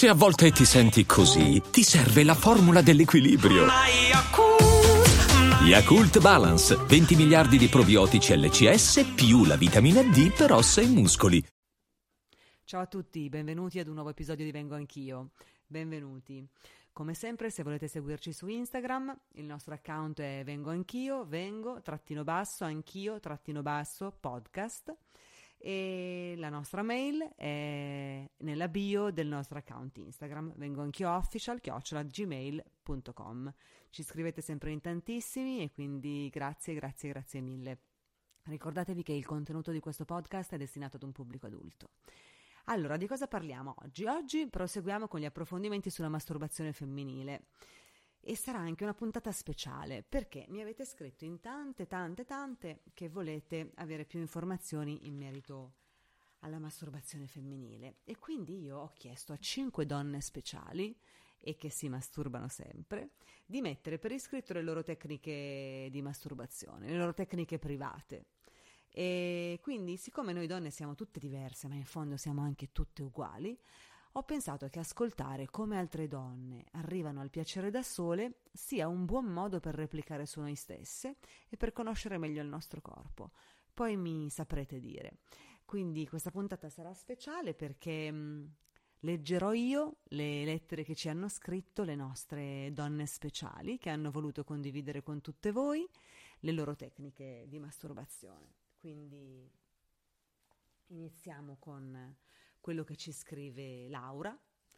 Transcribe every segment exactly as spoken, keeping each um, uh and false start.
Se a volte ti senti così, ti serve la formula dell'equilibrio. Yakult Balance, venti miliardi di probiotici L C S più la vitamina D per ossa e muscoli. Ciao a tutti, benvenuti ad un nuovo episodio di Vengo Anch'io. Benvenuti. Come sempre, se volete seguirci su Instagram, il nostro account è Vengo Anch'io, vengo, trattino basso, anch'io, trattino basso, podcast. E la nostra mail è nella bio del nostro account Instagram, vengo anch'io official chiocciola gmail punto com. Ci scrivete sempre in tantissimi e quindi grazie, grazie, grazie mille. Ricordatevi che il contenuto di questo podcast è destinato ad un pubblico adulto. Allora, di cosa parliamo oggi? Oggi proseguiamo con gli approfondimenti sulla masturbazione femminile. E sarà anche una puntata speciale perché mi avete scritto in tante, tante, tante che volete avere più informazioni in merito alla masturbazione femminile. E quindi io ho chiesto a cinque donne speciali e che si masturbano sempre di mettere per iscritto le loro tecniche di masturbazione, le loro tecniche private. E quindi, siccome noi donne siamo tutte diverse, ma in fondo siamo anche tutte uguali, ho pensato che ascoltare come altre donne arrivano al piacere da sole sia un buon modo per replicare su noi stesse e per conoscere meglio il nostro corpo. Poi mi saprete dire. Quindi questa puntata sarà speciale perché mh, leggerò io le lettere che ci hanno scritto le nostre donne speciali che hanno voluto condividere con tutte voi le loro tecniche di masturbazione. Quindi iniziamo con quello che ci scrive Laura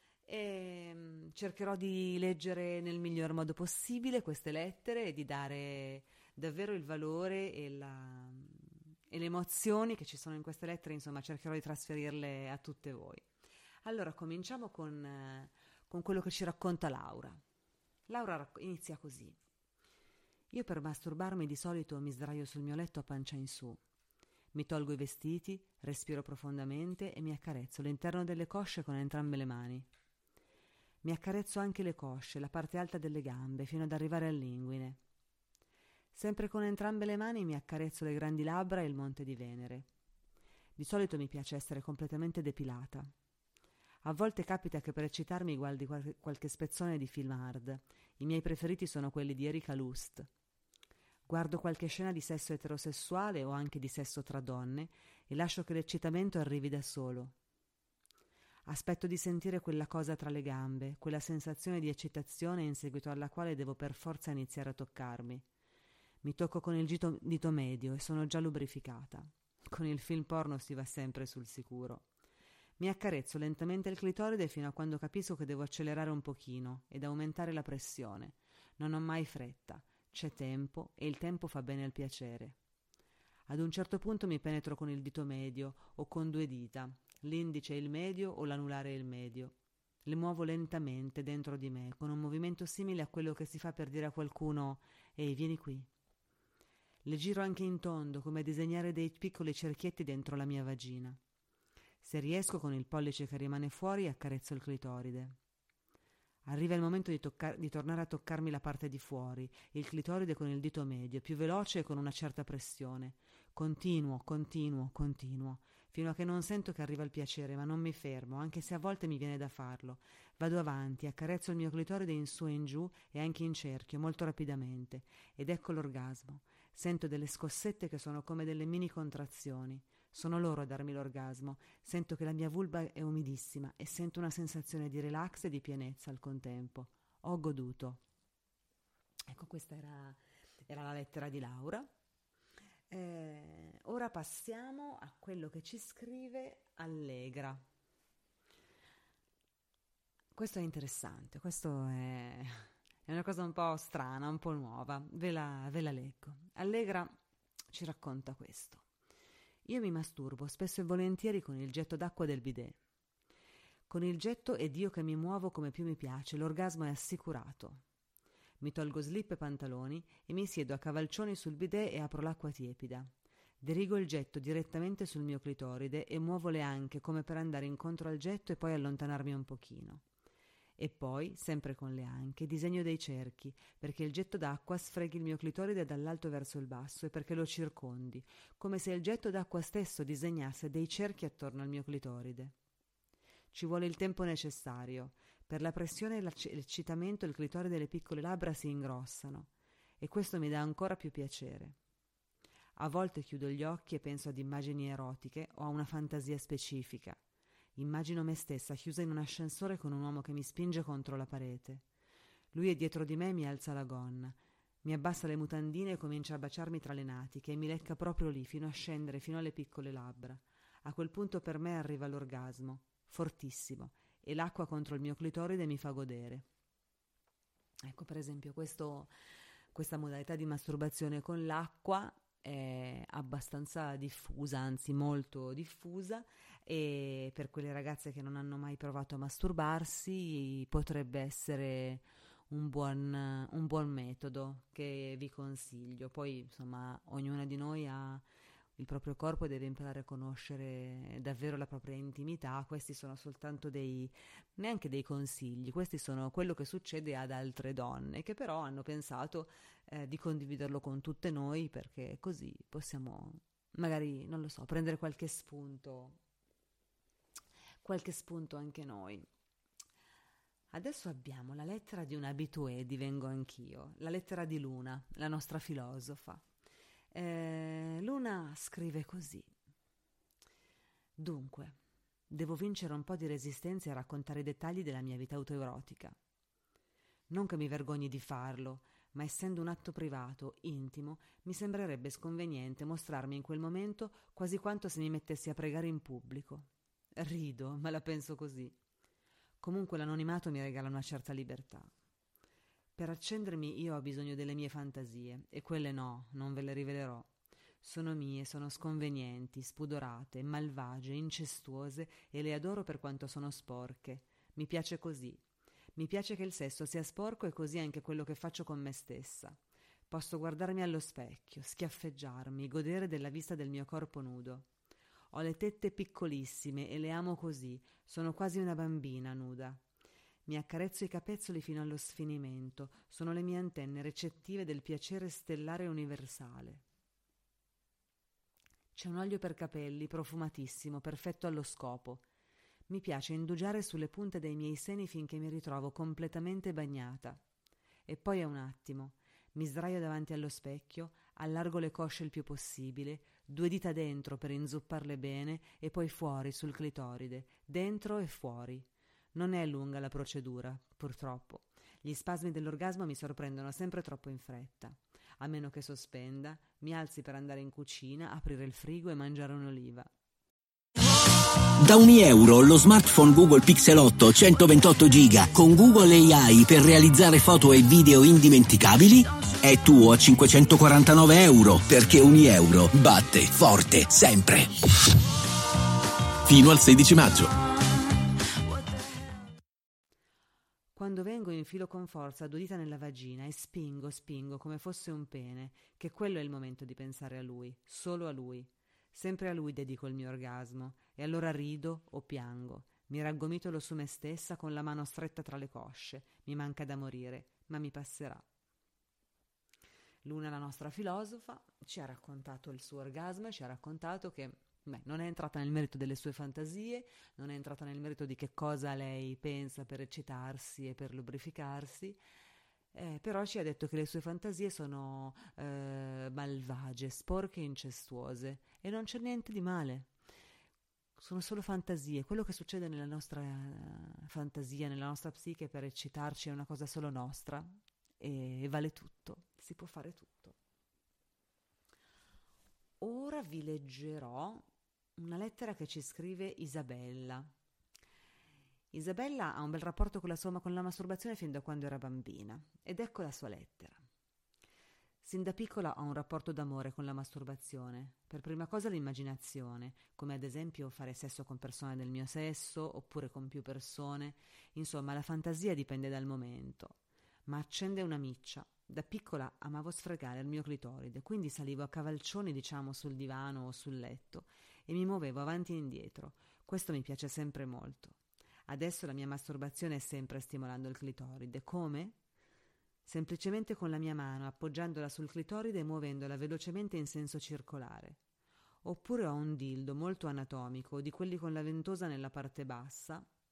e cercherò di leggere nel miglior modo possibile queste lettere e di dare davvero il valore e, la, e le emozioni che ci sono in queste lettere, insomma cercherò di trasferirle a tutte voi. Allora cominciamo con, con quello che ci racconta Laura. Laura inizia così: io per masturbarmi di solito mi sdraio sul mio letto a pancia in su. Mi tolgo i vestiti, respiro profondamente e mi accarezzo l'interno delle cosce con entrambe le mani. Mi accarezzo anche le cosce, la parte alta delle gambe, fino ad arrivare all'inguine. Sempre con entrambe le mani mi accarezzo le grandi labbra e il monte di Venere. Di solito mi piace essere completamente depilata. A volte capita che per eccitarmi guardi qualche, qualche spezzone di film hard. I miei preferiti sono quelli di Erika Lust. Guardo qualche scena di sesso eterosessuale o anche di sesso tra donne e lascio che l'eccitamento arrivi da solo. Aspetto di sentire quella cosa tra le gambe, quella sensazione di eccitazione in seguito alla quale devo per forza iniziare a toccarmi. Mi tocco con il dito, dito medio e sono già lubrificata. Con il film porno si va sempre sul sicuro. Mi accarezzo lentamente il clitoride fino a quando capisco che devo accelerare un pochino ed aumentare la pressione. Non ho mai fretta. C'è tempo e il tempo fa bene al piacere. Ad un certo punto mi penetro con il dito medio o con due dita, l'indice e il medio o l'anulare e il medio. Le muovo lentamente dentro di me, con un movimento simile a quello che si fa per dire a qualcuno «Ehi, vieni qui». Le giro anche in tondo, come a disegnare dei piccoli cerchietti dentro la mia vagina. Se riesco, con il pollice che rimane fuori, accarezzo il clitoride. Arriva il momento di, toccar- di tornare a toccarmi la parte di fuori, il clitoride con il dito medio, più veloce e con una certa pressione. Continuo, continuo, continuo, fino a che non sento che arriva il piacere, ma non mi fermo, anche se a volte mi viene da farlo. Vado avanti, accarezzo il mio clitoride in su e in giù e anche in cerchio, molto rapidamente, ed ecco l'orgasmo. Sento delle scossette che sono come delle mini contrazioni. Sono loro a darmi l'orgasmo. Sento che la mia vulva è umidissima e sento una sensazione di relax e di pienezza al contempo. Ho goduto. Ecco, questa era, era la lettera di Laura. Eh, ora passiamo a quello che ci scrive Allegra. Questo è interessante, questo è, è una cosa un po' strana, un po' nuova. Ve la, ve la leggo. Allegra ci racconta questo. Io mi masturbo spesso e volentieri con il getto d'acqua del bidet. Con il getto ed io che mi muovo come più mi piace, l'orgasmo è assicurato. Mi tolgo slip e pantaloni e mi siedo a cavalcioni sul bidet e apro l'acqua tiepida. Dirigo il getto direttamente sul mio clitoride e muovo le anche come per andare incontro al getto e poi allontanarmi un pochino. E poi, sempre con le anche, disegno dei cerchi, perché il getto d'acqua sfreghi il mio clitoride dall'alto verso il basso e perché lo circondi, come se il getto d'acqua stesso disegnasse dei cerchi attorno al mio clitoride. Ci vuole il tempo necessario. Per la pressione e l'eccitamento il clitoride delle piccole labbra si ingrossano e questo mi dà ancora più piacere. A volte chiudo gli occhi e penso ad immagini erotiche o a una fantasia specifica. Immagino me stessa chiusa in un ascensore con un uomo che mi spinge contro la parete. Lui è dietro di me e mi alza la gonna. Mi abbassa le mutandine e comincia a baciarmi tra le natiche e mi lecca proprio lì, fino a scendere, fino alle piccole labbra. A quel punto per me arriva l'orgasmo, fortissimo, e l'acqua contro il mio clitoride mi fa godere. Ecco, per esempio, questo, questa modalità di masturbazione con l'acqua è abbastanza diffusa, anzi molto diffusa, e per quelle ragazze che non hanno mai provato a masturbarsi potrebbe essere un buon, un buon metodo che vi consiglio. Poi, insomma, ognuna di noi ha il proprio corpo e deve imparare a conoscere davvero la propria intimità. Questi sono soltanto dei, neanche dei consigli, questi sono quello che succede ad altre donne che però hanno pensato eh, di condividerlo con tutte noi, perché così possiamo magari, non lo so, prendere qualche spunto, qualche spunto anche noi. Adesso abbiamo la lettera di un habitué, divengo anch'io, la lettera di Luna, la nostra filosofa. Eh, Luna scrive così: dunque, devo vincere un po' di resistenza e raccontare i dettagli della mia vita autoerotica. Non che mi vergogni di farlo, ma essendo un atto privato, intimo, mi sembrerebbe sconveniente mostrarmi in quel momento quasi quanto se mi mettessi a pregare in pubblico. Rido, ma la penso così. Comunque l'anonimato mi regala una certa libertà. Per accendermi io ho bisogno delle mie fantasie, e quelle no, non ve le rivelerò. Sono mie, sono sconvenienti, spudorate, malvagie, incestuose, e le adoro per quanto sono sporche. Mi piace così. Mi piace che il sesso sia sporco e così anche quello che faccio con me stessa. Posso guardarmi allo specchio, schiaffeggiarmi, godere della vista del mio corpo nudo. Ho le tette piccolissime e le amo così, sono quasi una bambina nuda. Mi accarezzo i capezzoli fino allo sfinimento, sono le mie antenne recettive del piacere stellare universale. C'è un olio per capelli, profumatissimo, perfetto allo scopo. Mi piace indugiare sulle punte dei miei seni finché mi ritrovo completamente bagnata. E poi a un attimo, mi sdraio davanti allo specchio, allargo le cosce il più possibile, due dita dentro per inzupparle bene e poi fuori sul clitoride, dentro e fuori. Non è lunga la procedura, purtroppo. Gli spasmi dell'orgasmo mi sorprendono sempre troppo in fretta. A meno che sospenda, mi alzi per andare in cucina, aprire il frigo e mangiare un'oliva. Da un euro lo smartphone Google Pixel otto centoventotto giga con Google A I per realizzare foto e video indimenticabili è tuo a cinquecentoquarantanove euro, perché un euro batte forte sempre. Fino al sedici maggio. Quando vengo infilo con forza due dita nella vagina e spingo, spingo come fosse un pene, che quello è il momento di pensare a lui, solo a lui. Sempre a lui dedico il mio orgasmo e allora rido o piango. Mi raggomitolo su me stessa con la mano stretta tra le cosce. Mi manca da morire, ma mi passerà. Luna, la nostra filosofa, ci ha raccontato il suo orgasmo e ci ha raccontato che beh, non è entrata nel merito delle sue fantasie, non è entrata nel merito di che cosa lei pensa per eccitarsi e per lubrificarsi, Eh, però ci ha detto che le sue fantasie sono eh, malvagie, sporche e incestuose, e non c'è niente di male. Sono solo fantasie. Quello che succede nella nostra uh, fantasia, nella nostra psiche per eccitarci è una cosa solo nostra e, e vale tutto, si può fare tutto. Ora vi leggerò una lettera che ci scrive Isabella. Isabella ha un bel rapporto con la, sua, con la masturbazione fin da quando era bambina, ed ecco la sua lettera. Sin da piccola ho un rapporto d'amore con la masturbazione. Per prima cosa l'immaginazione, come ad esempio fare sesso con persone del mio sesso, oppure con più persone. Insomma, la fantasia dipende dal momento. Ma accende una miccia. Da piccola amavo sfregare il mio clitoride, quindi salivo a cavalcioni, diciamo, sul divano o sul letto, e mi muovevo avanti e indietro. Questo mi piace sempre molto. Adesso la mia masturbazione è sempre stimolando il clitoride. Come? Semplicemente con la mia mano, appoggiandola sul clitoride e muovendola velocemente in senso circolare. Oppure ho un dildo molto anatomico, di quelli con la ventosa nella parte bassa,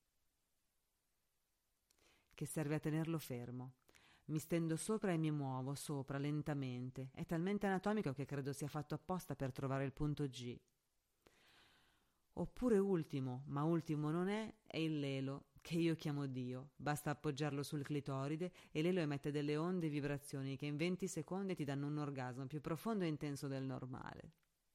che serve a tenerlo fermo. Mi stendo sopra e mi muovo sopra lentamente. È talmente anatomico che credo sia fatto apposta per trovare il punto G. Oppure ultimo, ma ultimo non è, è il lelo, che io chiamo Dio. Basta appoggiarlo sul clitoride e lelo emette delle onde e vibrazioni che in venti secondi ti danno un orgasmo più profondo e intenso del normale.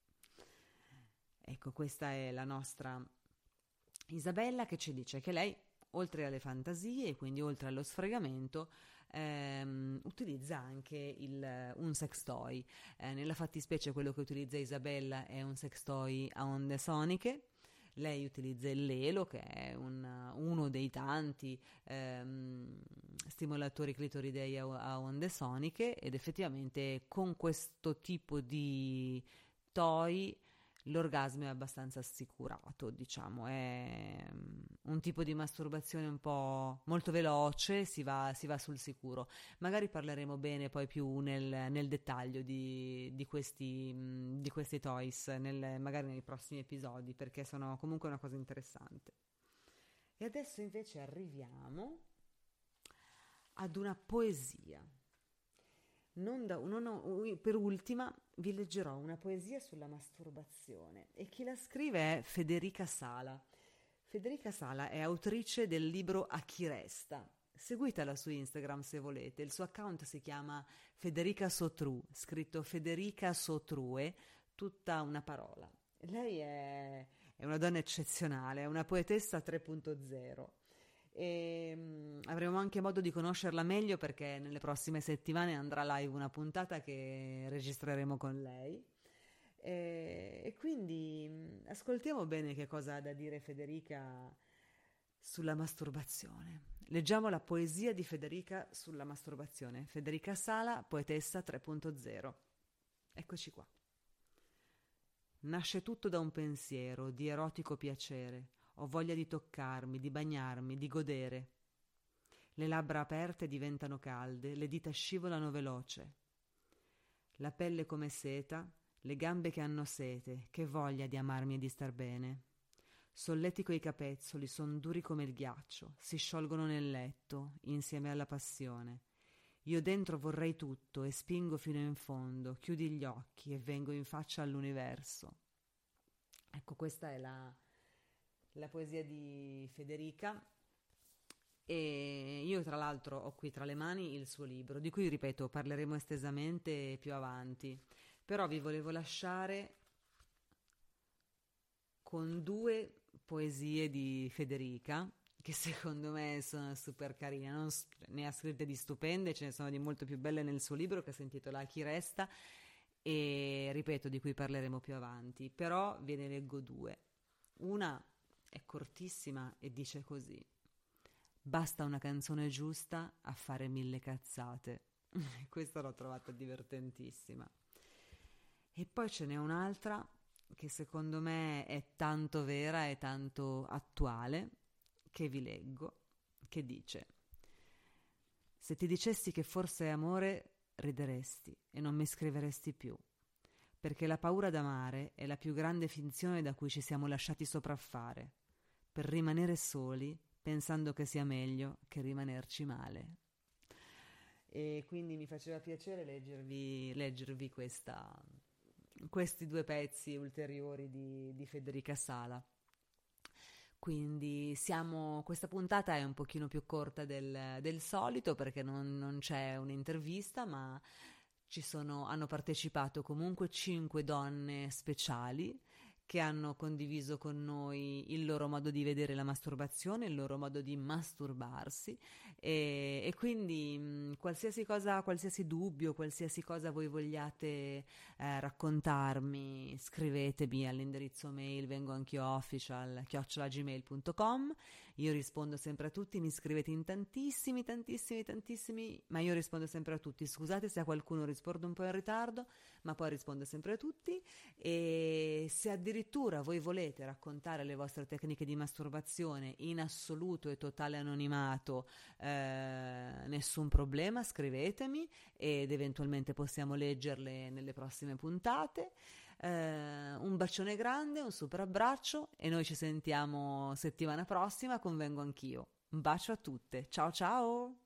Ecco, questa è la nostra Isabella, che ci dice che lei, oltre alle fantasie e quindi oltre allo sfregamento, ehm, utilizza anche il, un sextoy. Eh, nella fattispecie quello che utilizza Isabella è un sextoy a onde soniche. Lei utilizza il lelo, che è un, uno dei tanti ehm, stimolatori clitoridei a, a onde soniche, ed effettivamente con questo tipo di toy l'orgasmo è abbastanza assicurato, diciamo. È un tipo di masturbazione un po' molto veloce, si va, si va sul sicuro. Magari parleremo bene poi più nel, nel dettaglio di, di, questi, di questi toys, nel, magari nei prossimi episodi, perché sono comunque una cosa interessante. E adesso invece arriviamo ad una poesia. Non da, non ho, per ultima vi leggerò una poesia sulla masturbazione, e chi la scrive è Federica Sala. Federica Sala è autrice del libro A chi resta. Seguitela su Instagram se volete, il suo account si chiama Federica Sotru, scritto Federica Sotrue, tutta una parola. Lei è, è una donna eccezionale, è una poetessa tre punto zero. E um, avremo anche modo di conoscerla meglio, perché nelle prossime settimane andrà live una puntata che registreremo con lei, e, e quindi um, ascoltiamo bene che cosa ha da dire Federica sulla masturbazione. Leggiamo la poesia di Federica sulla masturbazione. Federica Sala, poetessa tre punto zero. Eccoci qua. Nasce tutto da un pensiero di erotico piacere. Ho voglia di toccarmi, di bagnarmi, di godere. Le labbra aperte diventano calde, le dita scivolano veloce. La pelle come seta, le gambe che hanno sete, che voglia di amarmi e di star bene. Solletico i capezzoli, son duri come il ghiaccio, si sciolgono nel letto, insieme alla passione. Io dentro vorrei tutto e spingo fino in fondo, chiudi gli occhi e vengo in faccia all'universo. Ecco, questa è la... la poesia di Federica, e io tra l'altro ho qui tra le mani il suo libro, di cui, ripeto, parleremo estesamente più avanti, però vi volevo lasciare con due poesie di Federica che secondo me sono super carine. Non, ne ha scritte di stupende, ce ne sono di molto più belle nel suo libro, che si intitola A chi resta, e ripeto, di cui parleremo più avanti, però ve ne leggo due. Una è cortissima e dice così: basta una canzone giusta a fare mille cazzate. Questa l'ho trovata divertentissima. E poi ce n'è un'altra che secondo me è tanto vera e tanto attuale, che vi leggo, che dice: se ti dicessi che forse è amore, rideresti e non mi scriveresti più, perché la paura d'amare è la più grande finzione da cui ci siamo lasciati sopraffare, per rimanere soli pensando che sia meglio che rimanerci male. E quindi mi faceva piacere leggervi, leggervi questa, questi due pezzi ulteriori di, di Federica Sala. Quindi siamo, questa puntata è un pochino più corta del, del solito, perché non, non c'è un'intervista, ma ci sono, hanno partecipato comunque cinque donne speciali che hanno condiviso con noi il loro modo di vedere la masturbazione, il loro modo di masturbarsi, e, e quindi mh, qualsiasi cosa, qualsiasi dubbio, qualsiasi cosa voi vogliate eh, raccontarmi, scrivetemi all'indirizzo mail vengoanch'io-official chiocciola gmail punto com. Io rispondo sempre a tutti, mi scrivete in tantissimi, tantissimi, tantissimi, ma io rispondo sempre a tutti. Scusate se a qualcuno rispondo un po' in ritardo, ma poi rispondo sempre a tutti. E se addirittura voi volete raccontare le vostre tecniche di masturbazione in assoluto e totale anonimato, eh, nessun problema, scrivetemi ed eventualmente possiamo leggerle nelle prossime puntate. Uh, un bacione grande, un super abbraccio, e noi ci sentiamo settimana prossima con Vengo Anch'io. Un bacio a tutte. Ciao ciao!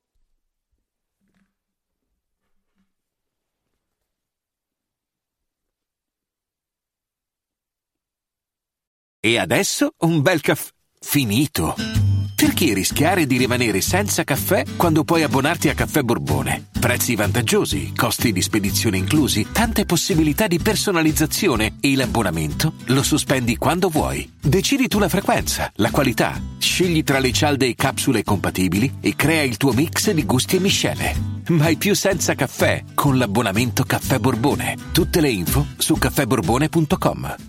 E adesso un bel caffè finito. Perché rischiare di rimanere senza caffè quando puoi abbonarti a Caffè Borbone? Prezzi vantaggiosi, costi di spedizione inclusi, tante possibilità di personalizzazione e l'abbonamento lo sospendi quando vuoi. Decidi tu la frequenza, la qualità, scegli tra le cialde e capsule compatibili e crea il tuo mix di gusti e miscele. Mai più senza caffè con l'abbonamento Caffè Borbone. Tutte le info su caffè borbone punto com.